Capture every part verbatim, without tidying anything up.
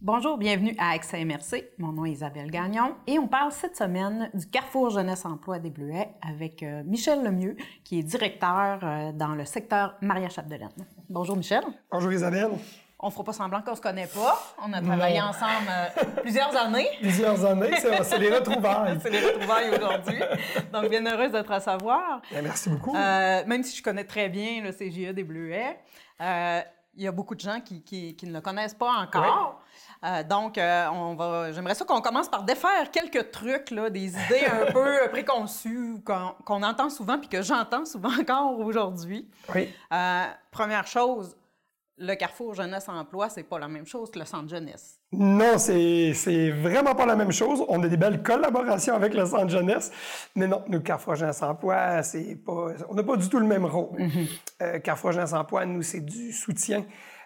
Bonjour, bienvenue à Accès M R C. Mon nom est Isabelle Gagnon et on parle cette semaine du Carrefour Jeunesse Emploi des Bleuets avec euh, Michel Lemieux, qui est directeur euh, dans le secteur Maria-Chapdelaine. Bonjour Michel. Bonjour Isabelle. On ne fera pas semblant qu'on ne se connaît pas. On a travaillé non. ensemble euh, plusieurs années. Plusieurs années, c'est, c'est les retrouvailles. C'est les retrouvailles aujourd'hui. Donc, bien heureuse de te recevoir. Bien, merci beaucoup. Euh, même si je connais très bien le C G E des Bleuets, euh, il y a beaucoup de gens qui, qui, qui ne le connaissent pas encore. Oui. Euh, donc, euh, on va, j'aimerais ça qu'on commence par défaire quelques trucs, là, des idées un peu préconçues qu'on, qu'on entend souvent puis que j'entends souvent encore aujourd'hui. Oui. Euh, première chose, le Carrefour Jeunesse Emploi, c'est pas la même chose que le Centre Jeunesse. Non, c'est, c'est vraiment pas la même chose. On a des belles collaborations avec le Centre Jeunesse, mais non, nous, Carrefour Jeunesse Emploi, c'est pas, on n'a pas du tout le même rôle. Mm-hmm. Euh, Carrefour Jeunesse Emploi, nous, c'est du soutien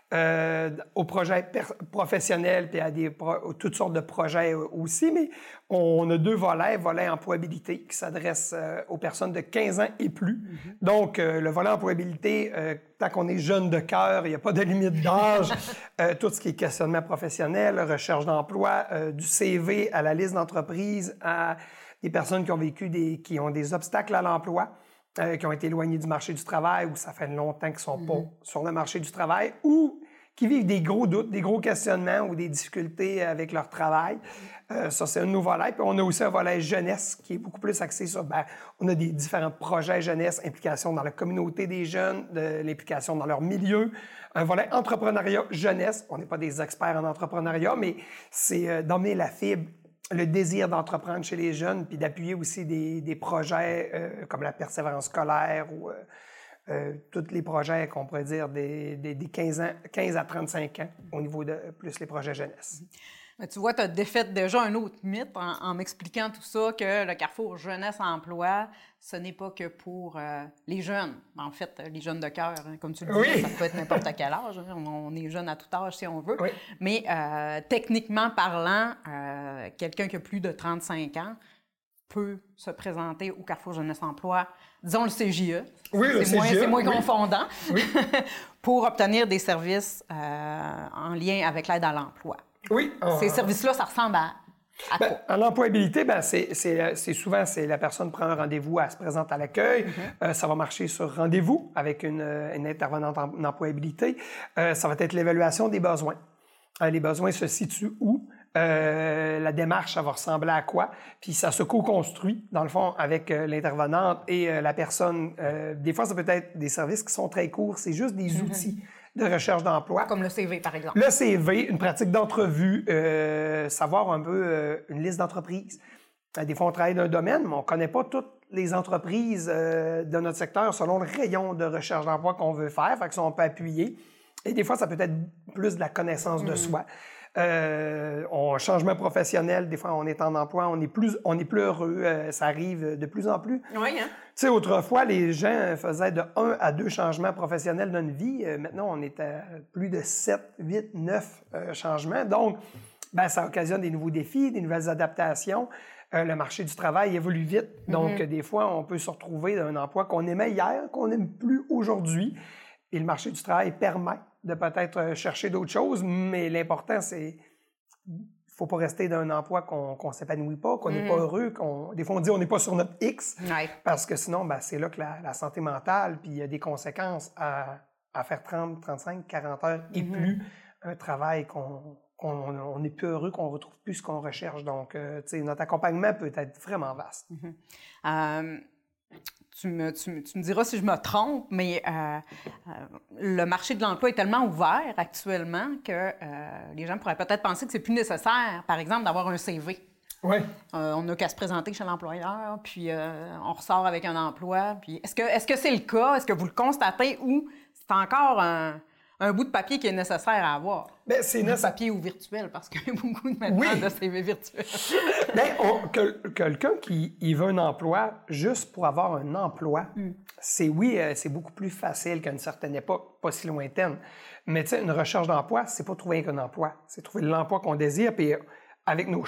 Euh, aux projets per- professionnels puis à des pro- toutes sortes de projets aussi, mais on a deux volets. Volet employabilité qui s'adresse euh, aux personnes de quinze ans et plus. Mm-hmm. Donc, euh, le volet employabilité, euh, tant qu'on est jeune de cœur, il n'y a pas de limite d'âge. euh, tout ce qui est questionnement professionnel, recherche d'emploi, euh, du C V à la liste d'entreprise, à des personnes qui ont vécu des, qui ont des obstacles à l'emploi. Euh, qui ont été éloignés du marché du travail ou ça fait longtemps qu'ils ne sont pas mm-hmm. sur le marché du travail ou qui vivent des gros doutes, des gros questionnements ou des difficultés avec leur travail. Euh, ça, c'est un de nos volets. Puis on a aussi un volet jeunesse qui est beaucoup plus axé sur, ben, on a des différents projets jeunesse, implication dans la communauté des jeunes, de l'implication dans leur milieu. Un volet entrepreneuriat jeunesse. On n'est pas des experts en entrepreneuriat, mais c'est euh, d'emmener la fibre, le désir d'entreprendre chez les jeunes, puis d'appuyer aussi des, des projets euh, comme la persévérance scolaire ou euh, euh, tous les projets qu'on pourrait dire des, des, des quinze ans, quinze à trente-cinq ans au niveau de plus les projets jeunesse. Mais tu vois, tu as défait déjà un autre mythe en, en m'expliquant tout ça, que le Carrefour Jeunesse Emploi, ce n'est pas que pour euh, les jeunes. En fait, les jeunes de cœur, hein, comme tu le dis, oui. Ça peut être n'importe quel âge. Hein, on est jeune à tout âge si on veut. Oui. Mais euh, techniquement parlant, euh, quelqu'un qui a plus de trente-cinq ans peut se présenter au Carrefour Jeunesse Emploi, disons le C J E. Oui, c'est le C J E. Moins, c'est moins oui. confondant. Oui. Pour obtenir des services euh, en lien avec l'aide à l'emploi. Oui. On... Ces services-là, ça ressemble à, à ben, quoi? En employabilité, ben, c'est, c'est, c'est souvent, c'est la personne prend un rendez-vous, elle se présente à l'accueil. Mm-hmm. Euh, ça va marcher sur rendez-vous avec une, une intervenante en employabilité. Euh, ça va être l'évaluation des besoins. Euh, les besoins se situent où? Euh, la démarche, ça va ressembler à quoi? Puis ça se co-construit, dans le fond, avec euh, l'intervenante et euh, la personne. Euh, des fois, ça peut être des services qui sont très courts. C'est juste des mm-hmm. outils de recherche d'emploi. Comme le C V, par exemple. Le C V, une pratique d'entrevue, euh, savoir un peu euh, une liste d'entreprises. Euh, des fois, on travaille dans un domaine, mais on ne connaît pas toutes les entreprises euh, de notre secteur selon le rayon de recherche d'emploi qu'on veut faire. Fait que ça, on peut appuyer. Et des fois, ça peut être plus de la connaissance de mmh. soi. Euh, on changement professionnel, des fois on est en emploi, on est plus, on est plus heureux, euh, ça arrive de plus en plus. Oui, hein? Tu sais, autrefois, les gens faisaient de un à deux changements professionnels dans une vie. Euh, maintenant, on est à plus de sept, huit, neuf euh, changements. Donc, ben, ça occasionne des nouveaux défis, des nouvelles adaptations. Euh, le marché du travail évolue vite. Donc, mm-hmm. des fois, on peut se retrouver dans un emploi qu'on aimait hier, qu'on n'aime plus aujourd'hui. Et le marché du travail permet de peut-être chercher d'autres choses, mais l'important, c'est il faut pas rester dans un emploi qu'on qu'on s'épanouit pas, qu'on n'est mmh. pas heureux, qu'on des fois on dit on n'est pas sur notre X, ouais. parce que sinon, ben, c'est là que la, la santé mentale, puis il y a des conséquences à, à faire trente, trente-cinq, quarante heures et mmh. plus, un travail qu'on qu'on on n'est plus heureux, qu'on retrouve plus ce qu'on recherche. Donc, euh, tu sais, notre accompagnement peut être vraiment vaste. Mmh. Euh... Tu me, tu, me, tu me diras si je me trompe, mais euh, euh, le marché de l'emploi est tellement ouvert actuellement que euh, les gens pourraient peut-être penser que c'est plus nécessaire, par exemple, d'avoir un C V. Oui. Euh, on n'a qu'à se présenter chez l'employeur, puis euh, on ressort avec un emploi. Puis est-ce que, est-ce que c'est le cas? Est-ce que vous le constatez ou c'est encore un, un bout de papier qui est nécessaire à avoir? Bien, c'est nécessaire. Papier ou virtuel, parce qu'il y a beaucoup de maintenant oui. de C V virtuels. Bien, on, que, quelqu'un qui il veut un emploi juste pour avoir un emploi, mm. c'est oui, euh, c'est beaucoup plus facile qu'à une certaine époque, pas si lointaine. Mais tu sais, une recherche d'emploi, c'est pas trouver un emploi, c'est trouver l'emploi qu'on désire, puis euh, avec nos choix,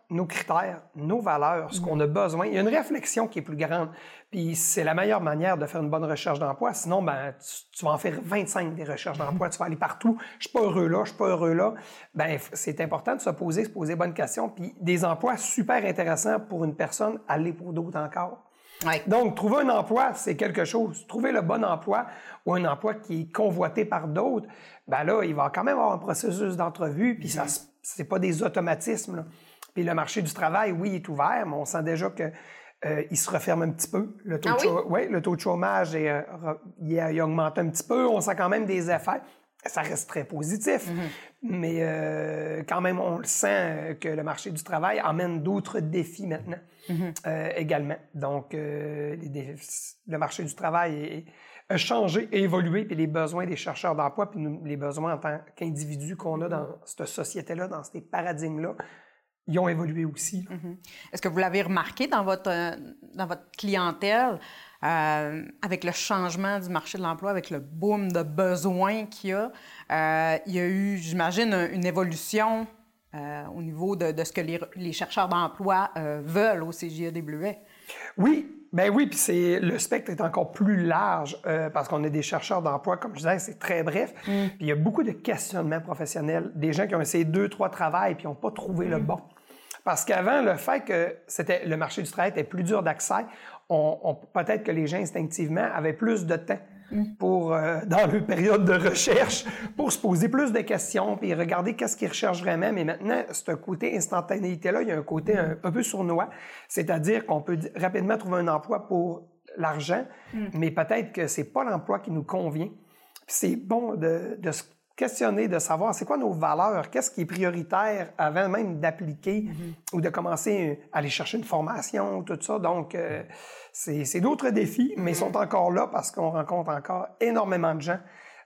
nos critères, nos valeurs, ce qu'on a besoin. Il y a une réflexion qui est plus grande. Puis c'est la meilleure manière de faire une bonne recherche d'emploi. Sinon, ben, tu, tu vas en faire vingt-cinq des recherches d'emploi. Tu vas aller partout. Je suis pas heureux là, je suis pas heureux là. Ben, c'est important de se poser, se poser bonnes questions. Puis des emplois super intéressants pour une personne, aller pour d'autres encore. Ouais. Donc, trouver un emploi, c'est quelque chose. Trouver le bon emploi ou un emploi qui est convoité par d'autres, ben là, il va quand même avoir un processus d'entrevue, puis ça, c'est pas des automatismes, là. Puis le marché du travail, oui, il est ouvert, mais on sent déjà que euh, il se referme un petit peu. Le taux, ah, de, oui? ouais, le taux de chômage est, euh, il, a, il augmente un petit peu. On sent quand même des effets. Ça reste très positif, mm-hmm. mais euh, quand même, on le sent que le marché du travail amène d'autres défis maintenant mm-hmm. euh, également. Donc, euh, les défis, le marché du travail est, a changé et évolué, puis les besoins des chercheurs d'emploi, puis nous, les besoins en tant qu'individus qu'on a dans cette société-là, dans ces paradigmes-là, ils ont évolué aussi. Mm-hmm. Est-ce que vous l'avez remarqué dans votre, euh, dans votre clientèle? Euh, avec le changement du marché de l'emploi, avec le boom de besoins qu'il y a, euh, il y a eu, j'imagine, une évolution euh, au niveau de, de ce que les, les chercheurs d'emploi euh, veulent au C J A des Bleuets. Oui, ben oui, puis c'est le spectre est encore plus large euh, parce qu'on a des chercheurs d'emploi, comme je disais, c'est très bref. Mm. Puis il y a beaucoup de questionnements professionnels, des gens qui ont essayé deux, trois travails puis qui n'ont pas trouvé mm. le bon. Parce qu'avant, le fait que c'était le marché du travail était plus dur d'accès, on, on, peut-être que les gens instinctivement avaient plus de temps pour, euh, dans leur période de recherche pour se poser plus de questions puis regarder qu'est-ce qu'ils recherchent vraiment. Mais maintenant, ce côté instantanéité-là, il y a un côté un, un peu sournois, c'est-à-dire qu'on peut rapidement trouver un emploi pour l'argent, mm. mais peut-être que c'est pas l'emploi qui nous convient. Puis c'est bon de, de se questionner, de savoir c'est quoi nos valeurs, qu'est-ce qui est prioritaire avant même d'appliquer mm-hmm. ou de commencer à aller chercher une formation, tout ça. Donc, euh, c'est, c'est d'autres défis, mais ils sont encore là parce qu'on rencontre encore énormément de gens.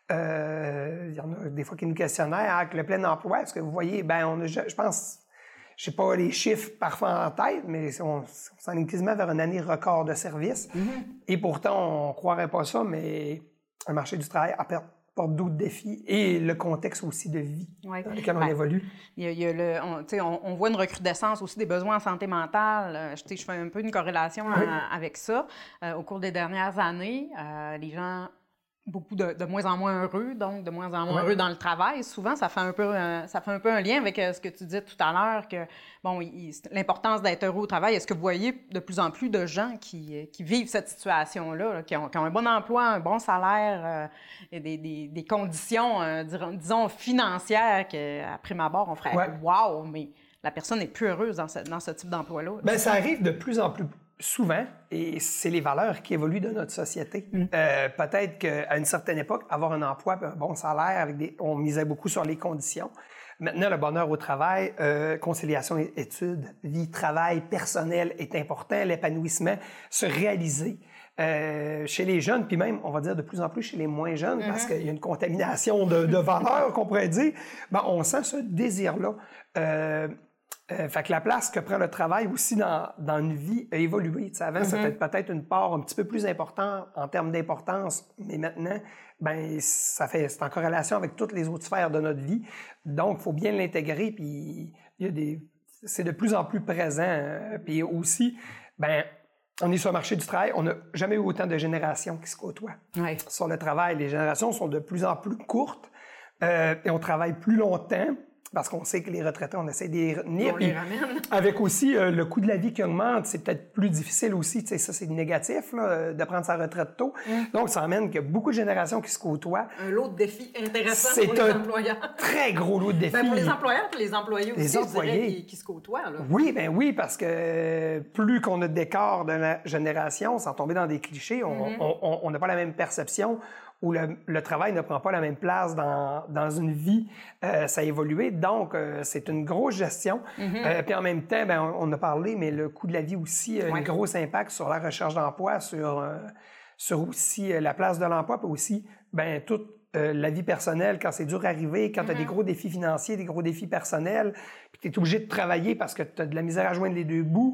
Euh, il y en a des fois qui nous questionnent ah, avec le plein emploi, est-ce que vous voyez, ben on a, je pense, je sais pas les chiffres parfois en tête, mais on, on s'en est quasiment vers une année record de services. Mm-hmm. Et pourtant, on croirait pas ça, mais le marché du travail a perdu porte d'autres défis et le contexte aussi de vie ouais. dans lequel on ben, évolue. Il y a, il y a le, on, on, on voit une recrudescence aussi des besoins en santé mentale. Je, je fais un peu une corrélation oui. à, avec ça. Euh, au cours des dernières années, euh, les gens beaucoup de, de moins en moins heureux, donc de moins en moins ouais. heureux dans le travail. Souvent, ça fait un peu, euh, ça fait un peu un lien avec euh, ce que tu disais tout à l'heure, que bon, il, l'importance d'être heureux au travail. Est-ce que vous voyez de plus en plus de gens qui, qui vivent cette situation-là, là, qui, ont, qui ont un bon emploi, un bon salaire, euh, et des, des, des conditions, euh, disons, financières qu'à prime abord, on ferait ouais. « wow », mais la personne n'est plus heureuse dans ce, dans ce type d'emploi-là. Bien, ça arrive de plus en plus souvent, et c'est les valeurs qui évoluent de notre société. Mm. Euh, peut-être qu'à une certaine époque, avoir un emploi, un bon salaire, avec des, on misait beaucoup sur les conditions. Maintenant, le bonheur au travail, euh, conciliation études, vie, travail, personnel est important, l'épanouissement, se réaliser. Euh, chez les jeunes, puis même, on va dire de plus en plus chez les moins jeunes, mm-hmm. parce qu'il y a une contamination de, de valeurs, qu'on pourrait dire, ben, on sent ce désir-là. Euh, Euh, fait que la place que prend le travail aussi dans, dans une vie a évolué. T'sais, avant, mm-hmm. c'était peut-être une part un petit peu plus importante en termes d'importance, mais maintenant, ben ça fait c'est en corrélation avec toutes les autres sphères de notre vie. Donc, il faut bien l'intégrer, puis il y a des c'est de plus en plus présent. Hein. Puis aussi, ben on est sur le marché du travail, on n'a jamais eu autant de générations qui se côtoient. Ouais. Sur le travail, les générations sont de plus en plus courtes euh, et on travaille plus longtemps. Parce qu'on sait que les retraités, on essaie de les retenir. On les ramène. Avec aussi euh, le coût de la vie qui augmente, c'est peut-être plus difficile aussi. Tu sais, ça, c'est négatif, là, de prendre sa retraite tôt. Mm. Donc, ça amène qu'il y a beaucoup de générations qui se côtoient. Un lot de défis intéressants c'est pour les un employeurs. Très gros lot de défis. Ben, pour les employeurs et les employés aussi, les employés. Je dirais, qui, qui se côtoient. Là. Oui, ben oui, parce que plus qu'on a d'écart de la génération, sans tomber dans des clichés, on n'a mm-hmm. on, on pas la même perception. Où le, le travail ne prend pas la même place dans, dans une vie, euh, ça a évolué. Donc, euh, c'est une grosse gestion. Mm-hmm. Euh, puis en même temps, ben, on, on a parlé, mais le coût de la vie aussi a ouais. un gros impact sur la recherche d'emploi, sur, euh, sur aussi euh, la place de l'emploi, puis aussi ben, toute euh, la vie personnelle, quand c'est dur à arriver, quand mm-hmm. tu as des gros défis financiers, des gros défis personnels, puis tu es obligé de travailler parce que tu as de la misère à joindre les deux bouts.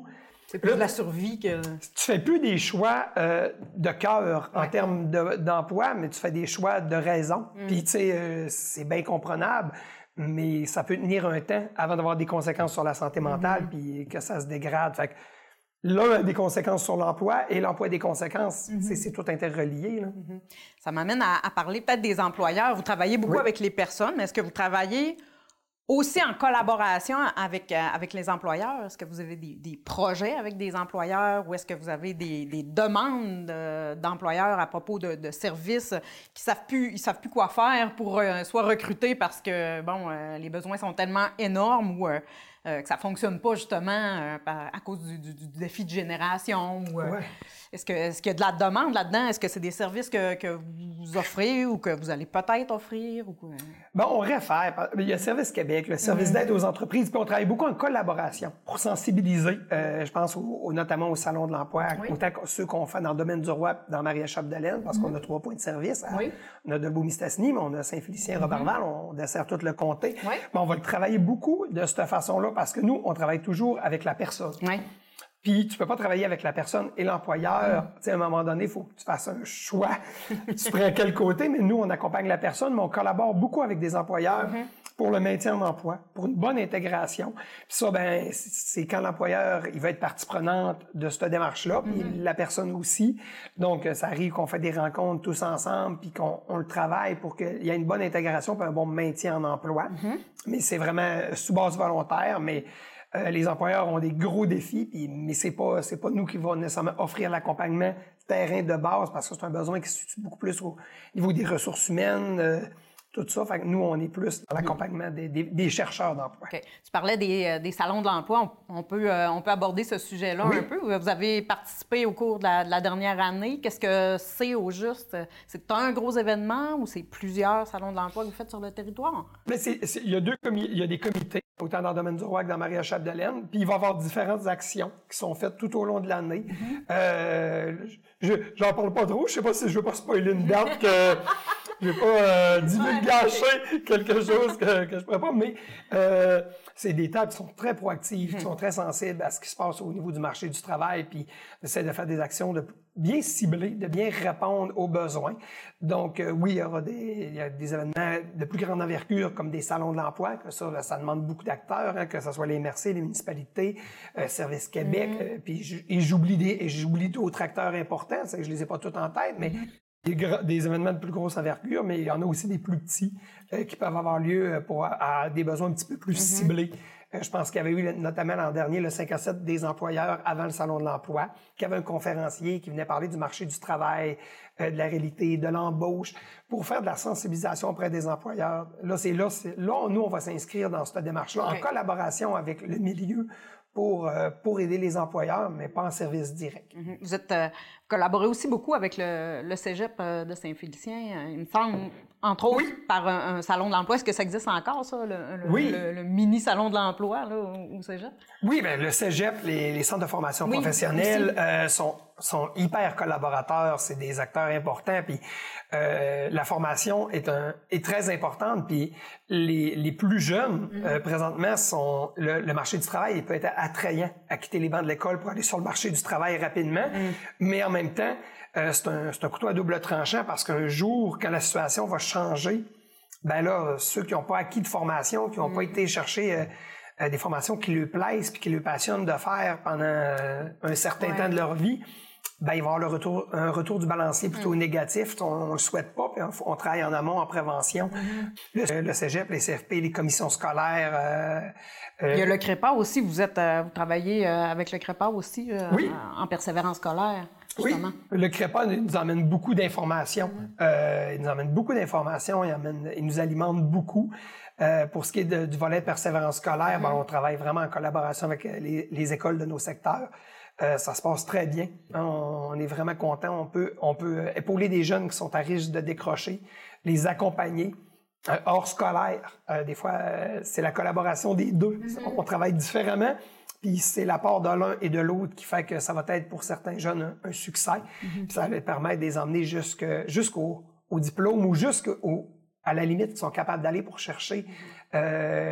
C'est plus de la survie que... Tu fais plus des choix euh, de cœur en ouais. termes de, d'emploi, mais tu fais des choix de raison. Mm. Puis, tu sais, euh, c'est bien comprenable, mais ça peut tenir un temps avant d'avoir des conséquences sur la santé mentale, mm-hmm. puis que ça se dégrade. Fait que l'un a des conséquences sur l'emploi et l'emploi a des conséquences. Mm-hmm. C'est, c'est tout interrelié. Là. Mm-hmm. Ça m'amène à, à parler peut-être des employeurs. Vous travaillez beaucoup oui. avec les personnes, mais est-ce que vous travaillez aussi en collaboration avec, euh, avec les employeurs? Est-ce que vous avez des, des projets avec des employeurs ou est-ce que vous avez des, des demandes euh, d'employeurs à propos de, de services qui savent plus, ils savent plus quoi faire pour euh, soit recruter parce que, bon, euh, les besoins sont tellement énormes ou... Euh, Euh, que ça ne fonctionne pas justement euh, par, à cause du, du, du défi de génération? Ou, euh, ouais. est-ce, que, est-ce qu'il y a de la demande là-dedans? Est-ce que c'est des services que, que vous offrez ou que vous allez peut-être offrir? Ou quoi? Bon, on réfère. Il y a Service Québec, le service mmh. d'aide aux entreprises, puis on travaille beaucoup en collaboration pour sensibiliser, euh, je pense au, au, notamment au Salon de l'emploi, oui. autant que ceux qu'on fait dans le domaine du Roi dans Maria-Chapdelaine, parce mmh. qu'on a trois points de service. À, oui. On a Debout-Mistassini, mais on a Saint-Félicien-Roberval, mmh. on dessert tout le comté. Oui. Mais on va le travailler beaucoup de cette façon-là parce que nous, on travaille toujours avec la personne. Oui. Puis, tu peux pas travailler avec la personne et l'employeur. Mm. Tu sais, à un moment donné, il faut que tu fasses un choix. Tu prends quel côté, mais nous, on accompagne la personne, mais on collabore beaucoup avec des employeurs mm-hmm. pour le maintien en emploi, pour une bonne intégration. Puis ça, ben, c'est quand l'employeur, il va être partie prenante de cette démarche-là, puis mm-hmm. la personne aussi. Donc, ça arrive qu'on fait des rencontres tous ensemble, puis qu'on on le travaille pour qu'il y ait une bonne intégration puis un bon maintien en emploi. Mm-hmm. Mais c'est vraiment sous base volontaire, mais Euh, les employeurs ont des gros défis, puis, mais c'est pas c'est pas nous qui va nécessairement offrir l'accompagnement terrain de base parce que c'est un besoin qui se situe beaucoup plus au niveau des ressources humaines, euh, tout ça. Fait que nous, on est plus dans l'accompagnement des, des, des chercheurs d'emploi. Okay. Tu parlais des, euh, des salons de l'emploi. On, on, peut, euh, on peut aborder ce sujet-là oui. un peu. Vous avez participé au cours de la, de la dernière année. Qu'est-ce que c'est au juste? C'est un gros événement ou c'est plusieurs salons de l'emploi que vous faites sur le territoire? Mais c'est, c'est, il y a deux comi- il y a des comités, autant dans le domaine du Roi que dans Maria-Chapdelaine. Puis il va y avoir différentes actions qui sont faites tout au long de l'année. Mm-hmm. Euh, je j'en parle pas trop. Je sais pas si je veux pas spoiler une date que je vais pas euh, divulgacher quelque chose que, que je pourrais pas, mais euh, c'est des tables qui sont très proactives, qui sont très sensibles à ce qui se passe au niveau du marché du travail, puis on essaie de faire des actions de bien ciblées, de bien répondre aux besoins. Donc euh, oui, il y aura des, il y a des événements de plus grande envergure comme des salons de l'emploi, que ça, là, ça demande beaucoup d'acteurs, hein, que ce soit les M R C, les municipalités, euh, Service Québec, mm-hmm. euh, puis et j'oublie des, et j'oublie d'autres acteurs importants, c'est que je les ai pas tous en tête, mais mm-hmm. Des, gra- des événements de plus grosse envergure, mais il y en a aussi des plus petits euh, qui peuvent avoir lieu pour à, à des besoins un petit peu plus mm-hmm. ciblés. Euh, je pense qu'il y avait eu notamment l'an dernier le cinq à sept des employeurs avant le Salon de l'emploi, qui avait un conférencier qui venait parler du marché du travail, euh, de la réalité, de l'embauche, pour faire de la sensibilisation auprès des employeurs. Là, c'est là, c'est, là nous, on va s'inscrire dans cette démarche-là okay. en collaboration avec le milieu pour, euh, pour aider les employeurs, mais pas en service direct. Mm-hmm. Vous êtes euh, collaboré aussi beaucoup avec le, le Cégep de Saint-Félicien, il me semble, entre autres, oui. par un, un salon de l'emploi. Est-ce que ça existe encore, ça, le, le, oui. le, le mini-salon de l'emploi là, au Cégep? Oui, bien, le Cégep, les, les centres de formation oui, professionnelle euh, sont, sont hyper collaborateurs, c'est des acteurs importants, puis euh, la formation est, un, est très importante, puis les, les plus jeunes, mm-hmm. euh, présentement, sont le, le marché du travail il peut être attrayant à quitter les bancs de l'école pour aller sur le marché du travail rapidement, mm. mais en même temps, euh, c'est, un, c'est un couteau à double tranchant parce qu'un jour, quand la situation va changer, ben là, ceux qui n'ont pas acquis de formation, qui n'ont mm. pas été chercher euh, euh, des formations qui leur plaisent puis qui leur passionnent de faire pendant euh, un certain ouais. temps de leur vie, ben, il va y avoir le retour, un retour du balancier plutôt mmh. négatif. On ne le souhaite pas, puis on, on travaille en amont, en prévention. Mmh. Le, le Cégep, les C F P, les commissions scolaires. Euh, euh, il y a le CREPA aussi. Vous êtes, euh, vous travaillez euh, avec le CREPA aussi euh, oui. en, en persévérance scolaire. Justement. Oui, le CREPA nous emmène beaucoup d'informations. Mmh. Euh, il nous emmène beaucoup d'informations. Il, emmène, il nous alimente beaucoup. Euh, pour ce qui est de, du volet persévérance scolaire, mmh. ben, on travaille vraiment en collaboration avec les, les écoles de nos secteurs. Euh, ça se passe très bien. On, on est vraiment content. On peut, on peut épauler des jeunes qui sont à risque de décrocher, les accompagner. Euh, hors scolaire, euh, des fois, euh, c'est la collaboration des deux. Mm-hmm. On travaille différemment, puis c'est l'apport de l'un et de l'autre qui fait que ça va être pour certains jeunes un, un succès. Mm-hmm. Puis ça va leur permettre de les emmener jusque, jusqu'au au diplôme ou jusqu'au à la limite, ils sont capables d'aller pour chercher euh,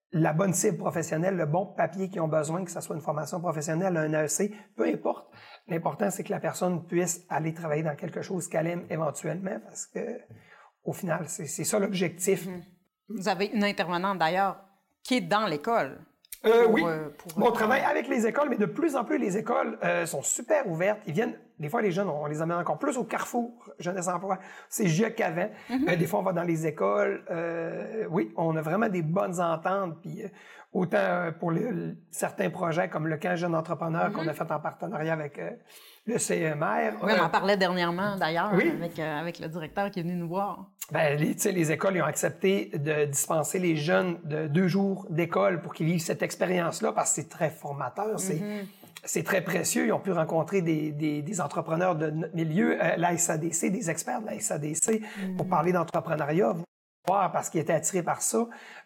la bonne cible professionnelle, le bon papier qu'ils ont besoin, que ce soit une formation professionnelle, un A E C, peu importe. L'important, c'est que la personne puisse aller travailler dans quelque chose qu'elle aime éventuellement, parce que au final, c'est, c'est ça l'objectif. Mmh. Vous avez une intervenante, d'ailleurs, qui est dans l'école. Euh, pour, oui, euh, pour, bon, on travaille avec les écoles, mais de plus en plus, les écoles euh, sont super ouvertes. Ils viennent, des fois, les jeunes, on les amène encore plus au Carrefour Jeunesse Emploi. C'est J A qu'avant. Mm-hmm. Euh, des fois, on va dans les écoles. Euh, oui, on a vraiment des bonnes ententes. Puis euh, autant euh, pour les, le, certains projets comme le camp Jeune Entrepreneur mm-hmm. qu'on a fait en partenariat avec euh, le C E M R. Oui, on en parlait dernièrement, d'ailleurs, oui. avec, euh, avec le directeur qui est venu nous voir. Ben, les, les écoles ils ont accepté de dispenser les jeunes de deux jours d'école pour qu'ils vivent cette expérience-là parce que c'est très formateur, mm-hmm. c'est, c'est très précieux. Ils ont pu rencontrer des, des, des entrepreneurs de notre milieu, euh, la S A D C, des experts de la S A D C mm-hmm. pour parler d'entrepreneuriat, voir parce qu'ils étaient attirés par ça.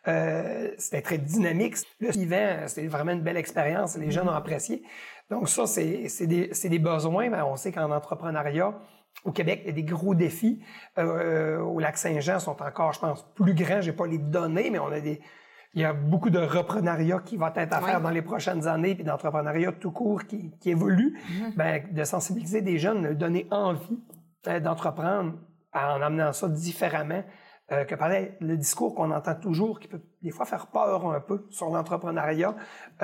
Euh, c'était très dynamique. Le suivant, c'était vraiment une belle expérience. Les mm-hmm. jeunes ont apprécié. Donc ça, c'est, c'est, des, c'est des besoins. Ben, on sait qu'en entrepreneuriat, au Québec, il y a des gros défis. Euh, au Lac-Saint-Jean, sont encore, je pense, plus grands. J'ai pas les données, mais on a des, il y a beaucoup de reprenariat qui va être à faire oui. dans les prochaines années, puis d'entrepreneuriat tout court qui, qui évolue. Mm-hmm. Ben, de sensibiliser des jeunes, de donner envie euh, d'entreprendre en amenant ça différemment. Euh, que pareil, le discours qu'on entend toujours, qui peut des fois faire peur un peu sur l'entrepreneuriat,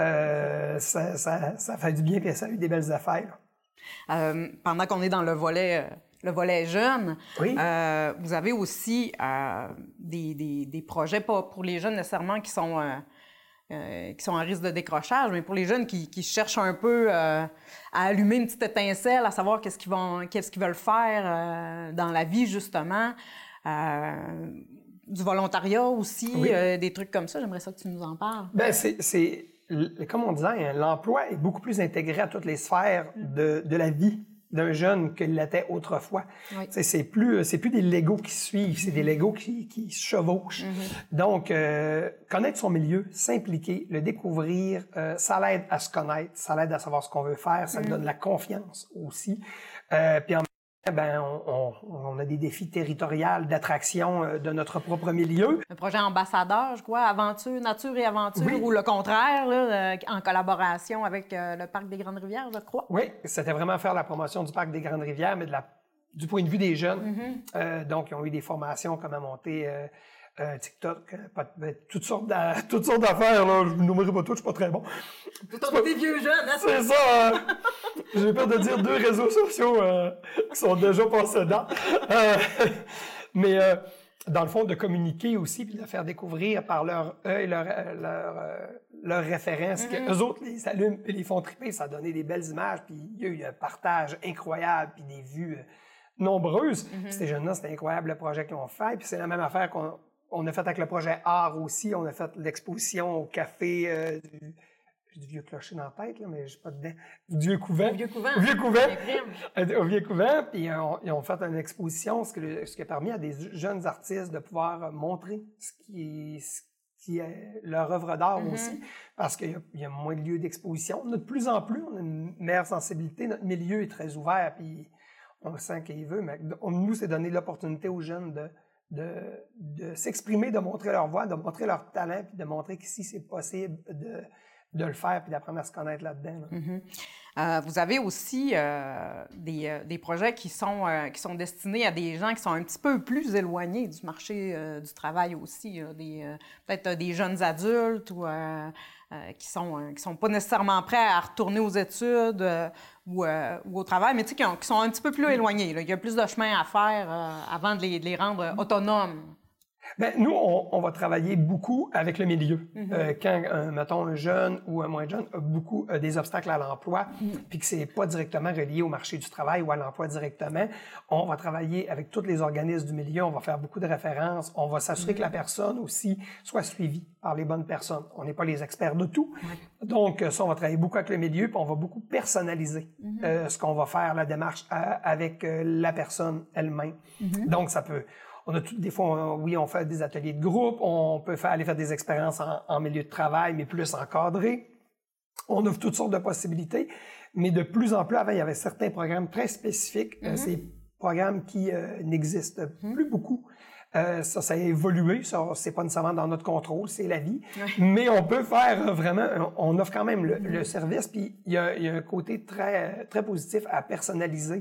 euh, ça, ça, ça fait du bien et ça a eu des belles affaires. Euh, pendant qu'on est dans le volet, euh, le volet jeune, oui. euh, vous avez aussi euh, des, des, des projets, pas pour les jeunes nécessairement qui sont, euh, euh, qui sont en risque de décrochage, mais pour les jeunes qui, qui cherchent un peu euh, à allumer une petite étincelle, à savoir qu'est-ce qu'ils vont, qu'est-ce qu'ils veulent faire euh, dans la vie, justement. Euh, du volontariat aussi, oui. euh, des trucs comme ça. J'aimerais ça que tu nous en parles. Bien, c'est, c'est, comme on disait, l'emploi est beaucoup plus intégré à toutes les sphères de, de la vie d'un jeune qu'il l'était autrefois. Oui. C'est, c'est, plus, c'est plus des Legos qui suivent, c'est des Legos qui, qui se chevauchent. Mm-hmm. Donc, euh, connaître son milieu, s'impliquer, le découvrir, euh, ça l'aide à se connaître, ça l'aide à savoir ce qu'on veut faire, ça mm-hmm. donne la confiance aussi. Euh, puis en Ben, on, on, on a des défis territoriaux d'attraction de notre propre milieu. Un projet ambassadeur, je crois, aventure, nature et aventure, oui. ou le contraire, là, en collaboration avec euh, le Parc des Grandes Rivières, je crois. Oui, c'était vraiment faire la promotion du Parc des Grandes Rivières, mais de la, du point de vue des jeunes. Mm-hmm. Euh, donc, ils ont eu des formations comme à monter euh, euh, TikTok, pas, ben, toutes, sortes d'a, toutes sortes d'affaires. Là. Je ne nommerai pas tout, je suis pas très bon. Tout sont des vieux jeunes, hein? C'est ça! Hein? J'ai peur de dire deux réseaux sociaux euh, qui sont déjà passés dedans. Euh, mais euh, dans le fond, de communiquer aussi, puis de faire découvrir par leur œil, leur, leur, euh, leur référence, mm-hmm. qu'eux autres les allument et les font triper. Ça a donné des belles images, puis il y a eu un partage incroyable, puis des vues euh, nombreuses. Mm-hmm. Ces jeunes-là, c'était incroyable le projet qu'ils ont fait. Puis c'est la même affaire qu'on on a fait avec le projet Art aussi. On a fait l'exposition au café euh, du... J'ai du vieux clocher dans la tête, là, mais je suis pas dedans. Du vieux couvent. Au vieux couvent. Au vieux couvent. Au vieux couvent. Puis on, ils ont fait une exposition, ce, que, ce qui a permis à des jeunes artistes de pouvoir montrer ce qui, ce qui est leur œuvre d'art mm-hmm. aussi. Parce qu'il y a, il y a moins de lieux d'exposition. On a de plus en plus, on a une meilleure sensibilité. Notre milieu est très ouvert, puis on sent qu'il veut. Mais on, nous, c'est donner l'opportunité aux jeunes de, de, de s'exprimer, de montrer leur voix, de montrer leur talent, puis de montrer qu'ici, c'est possible de... de le faire puis d'apprendre à se connaître là-dedans. Là. Mm-hmm. Euh, vous avez aussi euh, des, euh, des projets qui sont, euh, qui sont destinés à des gens qui sont un petit peu plus éloignés du marché euh, du travail aussi. Là, des, euh, peut-être des jeunes adultes ou, euh, euh, qui sont, euh, qui sont pas nécessairement prêts à retourner aux études euh, ou, euh, ou au travail, mais qui, ont, qui sont un petit peu plus éloignés. Là. Il y a plus de chemin à faire euh, avant de les, de les rendre autonomes. Bien, nous, on, on va travailler beaucoup avec le milieu. Mm-hmm. Euh, quand, euh, mettons, un jeune ou un moins jeune a beaucoup euh, des obstacles à l'emploi, mm-hmm. puis que c'est pas directement relié au marché du travail ou à l'emploi directement, on va travailler avec tous les organismes du milieu, on va faire beaucoup de références, on va s'assurer mm-hmm. que la personne aussi soit suivie par les bonnes personnes. On n'est pas les experts de tout. Mm-hmm. Donc, ça, on va travailler beaucoup avec le milieu, puis on va beaucoup personnaliser mm-hmm. euh, ce qu'on va faire, la démarche à, avec euh, la personne elle-même. Mm-hmm. Donc, ça peut... On a tout, des fois, on, oui, on fait des ateliers de groupe, on peut faire, aller faire des expériences en, en milieu de travail, mais plus encadré. On ouvre toutes sortes de possibilités, mais de plus en plus, avant, il y avait certains programmes très spécifiques. Mm-hmm. Euh, ces programmes qui euh, n'existent mm-hmm. plus beaucoup. Euh, ça, ça a évolué. Ça, c'est pas nécessairement dans notre contrôle, c'est la vie. Ouais. Mais on peut faire vraiment, on offre quand même le, le service. Puis il y a, il y a un côté très, très positif à personnaliser.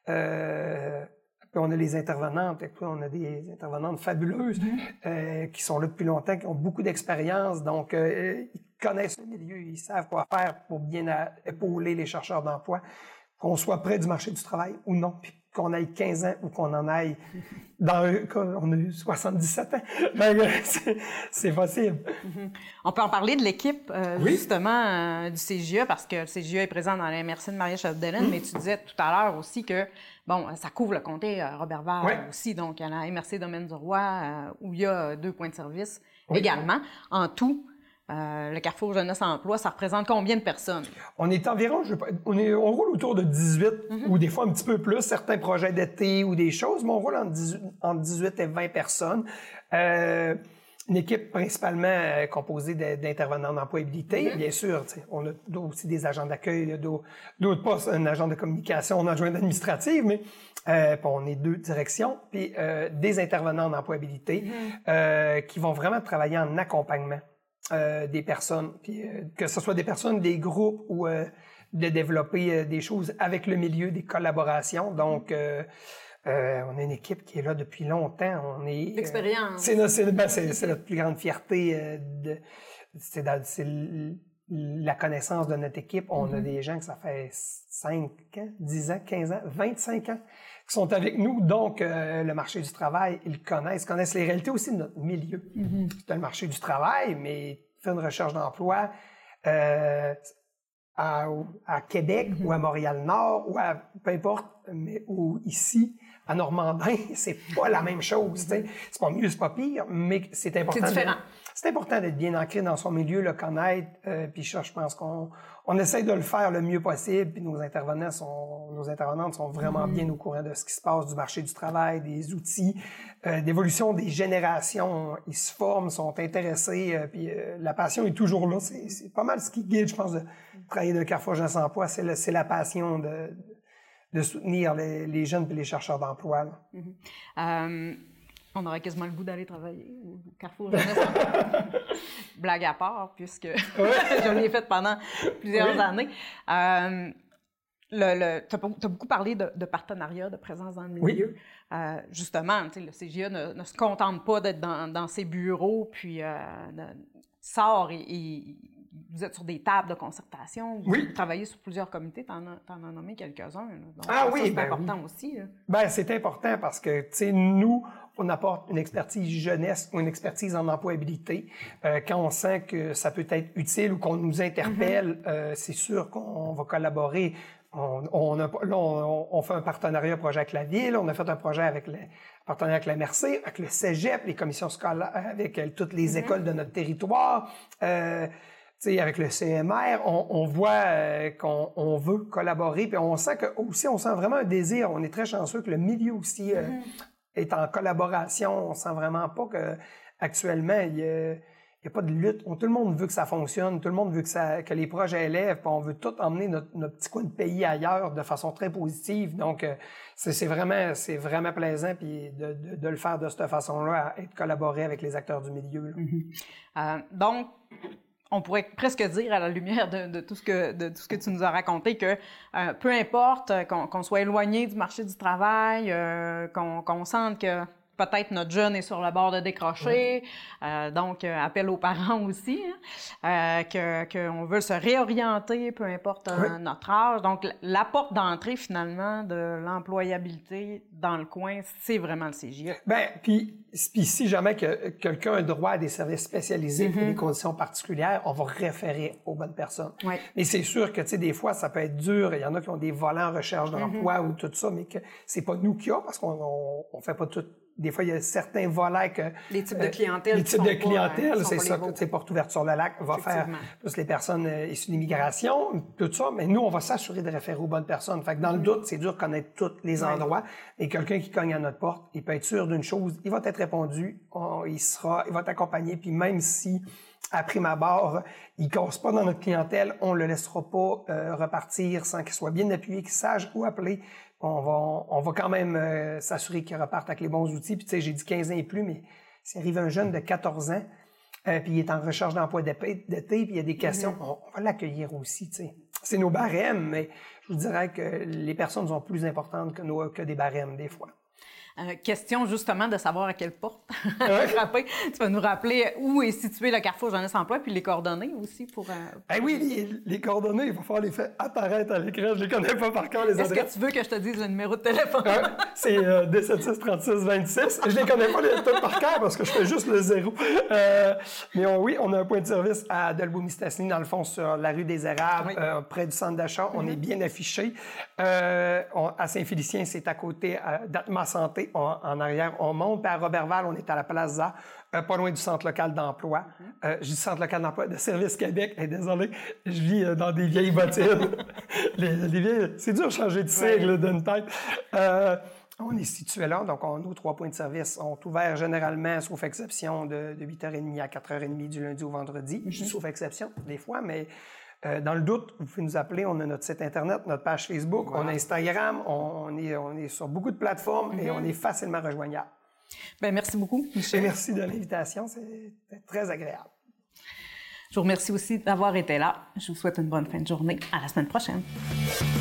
Euh, puis on a les intervenantes, on a des intervenantes fabuleuses mm-hmm. euh, qui sont là depuis longtemps, qui ont beaucoup d'expérience. Donc, euh, ils connaissent le milieu, ils savent quoi faire pour bien à, épauler les chercheurs d'emploi, qu'on soit près du marché du travail ou non. Puis qu'on aille quinze ans ou qu'on en aille dans un cas, on a eu soixante-dix-sept ans. Ben, c'est, c'est possible. Mm-hmm. On peut en parler de l'équipe, euh, oui. justement, euh, du C J A, parce que le C J A est présent dans la M R C de Maria-Chapdelaine, mm-hmm. mais tu disais tout à l'heure aussi que, bon, ça couvre le comté euh, Roberval oui. aussi, donc il y a la M R C Domaine du Roi, euh, où il y a deux points de service oui. également. En tout, Euh, le Carrefour Jeunesse Emploi, ça représente combien de personnes? On est environ, je, on, est, on roule autour de dix-huit, mm-hmm. ou des fois un petit peu plus, certains projets d'été ou des choses, mais on roule entre dix-huit, entre dix-huit et vingt personnes. Euh, une équipe principalement euh, composée de, d'intervenants d'employabilité, mm-hmm. bien sûr. On a aussi des agents d'accueil, d'autres, d'autres postes, un agent de communication, un adjoint administrative, mais euh, on est deux directions, puis euh, des intervenants d'employabilité mm-hmm. euh, qui vont vraiment travailler en accompagnement. Euh, des personnes, puis euh, que ce soit des personnes, des groupes ou euh, de développer euh, des choses avec le milieu, des collaborations. Donc, euh, euh, on a une équipe qui est là depuis longtemps. On est l'expérience. Euh, c'est, notre, c'est, ben, c'est, c'est notre plus grande fierté. Euh, de, c'est, dans, c'est la connaissance de notre équipe. On mm-hmm. a des gens que ça fait cinq ans, dix ans, quinze ans, vingt-cinq ans qui sont avec nous. Donc, euh, le marché du travail, ils connaissent, ils connaissent les réalités aussi de notre milieu. Mm-hmm. C'est le marché du travail, mais faire une recherche d'emploi euh, à, à Québec mm-hmm. ou à Montréal-Nord ou à peu importe, mais ou ici, à Normandin, c'est pas la même chose. Mm-hmm. C'est pas mieux, c'est pas pire, mais c'est important. C'est différent. De, c'est important d'être bien ancré dans son milieu, le connaître. Euh, puis ça, je pense qu'on on essaie de le faire le mieux possible. Puis nos intervenants sont, nos intervenantes sont vraiment mm-hmm. bien au courant de ce qui se passe du marché du travail, des outils, euh, d'évolution des générations. Ils se forment, sont intéressés. Euh, puis euh, la passion est toujours là. C'est, c'est pas mal ce qui guide, je pense, de travailler de Carrefour Jeunesse Emploi. C'est, le, c'est la passion de, de soutenir les, les jeunes et les chercheurs d'emploi. Là. Mm-hmm. Um... On aurait quasiment le goût d'aller travailler au Carrefour Jeunesse. Blague à part, puisque ouais. je l'ai fait pendant plusieurs oui. années. Euh, le, le, tu as beaucoup parlé de, de partenariat, de présence dans le milieu. Oui. Euh, justement, le C J A ne, ne se contente pas d'être dans, dans ses bureaux, puis euh, de, sort et, et vous êtes sur des tables de concertation, vous oui. travaillez sur plusieurs comités, tu en as nommé quelques-uns. Donc, ah ça, oui, c'est ben important oui. aussi. Là. Ben, c'est important parce que, tu sais, nous, on apporte une expertise jeunesse ou une expertise en employabilité. Euh, quand on sent que ça peut être utile ou qu'on nous interpelle, mm-hmm. euh, c'est sûr qu'on va collaborer. On, on, a, là, on, on fait un partenariat projet avec la Ville, on a fait un projet avec le partenariat avec la M R C, avec le Cégep, les commissions scolaires, avec euh, toutes les mm-hmm. écoles de notre territoire. Euh, T'sais, avec le C M R, on, on voit euh, qu'on on veut collaborer, puis on sent que aussi, on sent vraiment un désir. On est très chanceux que le milieu aussi euh, mm-hmm. est en collaboration. On sent vraiment pas que actuellement il y a, il y a pas de lutte. On, tout le monde veut que ça fonctionne, tout le monde veut que ça, que les projets élèvent, puis on veut tout emmener notre, notre petit coin de pays ailleurs de façon très positive. Donc euh, c'est, c'est vraiment, c'est vraiment plaisant, puis de, de, de le faire de cette façon-là, à être collaboré avec les acteurs du milieu. Là. Mm-hmm. Euh, donc on pourrait presque dire, à la lumière de, de, tout, ce que, de tout ce que tu nous as raconté, que euh, peu importe euh, qu'on, qu'on soit éloigné du marché du travail, euh, qu'on, qu'on sente que peut-être notre jeune est sur le bord de décrocher, oui. euh, donc euh, appel aux parents aussi, hein, euh, que, qu'on veut se réorienter, peu importe euh, oui. notre âge. Donc, la porte d'entrée, finalement, de l'employabilité dans le coin, c'est vraiment le C J A. Bien, puis, puis si jamais que quelqu'un a droit à des services spécialisés mm-hmm. pour des conditions particulières, on va référer aux bonnes personnes. Oui. Mais c'est sûr que, tu sais, des fois, ça peut être dur. Il y en a qui ont des volants en recherche d'emploi mm-hmm. ou tout ça, mais que c'est pas nous qui a, parce qu'on on, on fait pas tout. Des fois, il y a certains volets que... Les types de clientèle. Les types de clientèle, pas, c'est ça. Tu sais, Porte ouverte sur le lac va faire plus les personnes euh, issues d'immigration, tout ça. Mais nous, on va s'assurer de référer aux bonnes personnes. Fait que dans mm-hmm. le doute, c'est dur de connaître tous les ouais. endroits. Et quelqu'un qui cogne à notre porte, il peut être sûr d'une chose, il va être répondu, on, il sera, il va t'accompagner. Puis même si, à prime abord, il casse pas dans notre clientèle, on le laissera pas euh, repartir sans qu'il soit bien appuyé, qu'il sache où appeler. on va, on va quand même euh, s'assurer qu'ils repartent avec les bons outils. Puis, tu sais, j'ai dit quinze ans et plus, mais s'il arrive un jeune de quatorze ans, euh, puis il est en recherche d'emploi d'été, puis il y a des questions, mm-hmm. on, on va l'accueillir aussi, tu sais. C'est nos barèmes, mais je vous dirais que les personnes sont plus importantes que, nos, que des barèmes, des fois. Euh, question justement de savoir à quelle porte frapper. Tu vas nous rappeler où est situé le Carrefour Jeunesse Emploi, puis les coordonnées aussi pour... Euh, ben oui, les, les coordonnées, il va falloir les faire apparaître à l'écran. Je les connais pas par cœur, les Est-ce adresses. Est-ce que tu veux que je te dise le numéro de téléphone? Ouais, c'est euh, deux sept six, trente-six, vingt-six. Je les connais pas les toutes par cœur parce que je fais juste le zéro. Euh, mais on, oui, on a un point de service à Dolbeau-Mistassini, dans le fond, sur la rue des Érables, oui. euh, près du centre d'achat. Mm-hmm. On est bien affiché. Euh, on, à Saint-Félicien, c'est à côté euh, d'Atma Santé. On, en arrière, on monte. Puis à Roberval, on est à la Plaza, euh, pas loin du centre local d'emploi. Mm-hmm. Euh, je dis centre local d'emploi de Service Québec. Hey, désolé, je vis euh, dans des vieilles bottines. les, les vieilles, c'est dur de changer de sigle ouais. d'une tête. Euh, on est situé là, donc on, nos trois points de service sont ouverts généralement, sauf exception, de, de huit heures trente à quatre heures trente du lundi au vendredi. Mm-hmm. Sauf exception, des fois, mais... Euh, dans le doute, vous pouvez nous appeler. On a notre site Internet, notre page Facebook, voilà. On a Instagram, on, on, est, on est sur beaucoup de plateformes mm-hmm. et on est facilement rejoignable. Bien, merci beaucoup, Michel. Et merci de l'invitation, c'était très agréable. Je vous remercie aussi d'avoir été là. Je vous souhaite une bonne fin de journée. À la semaine prochaine.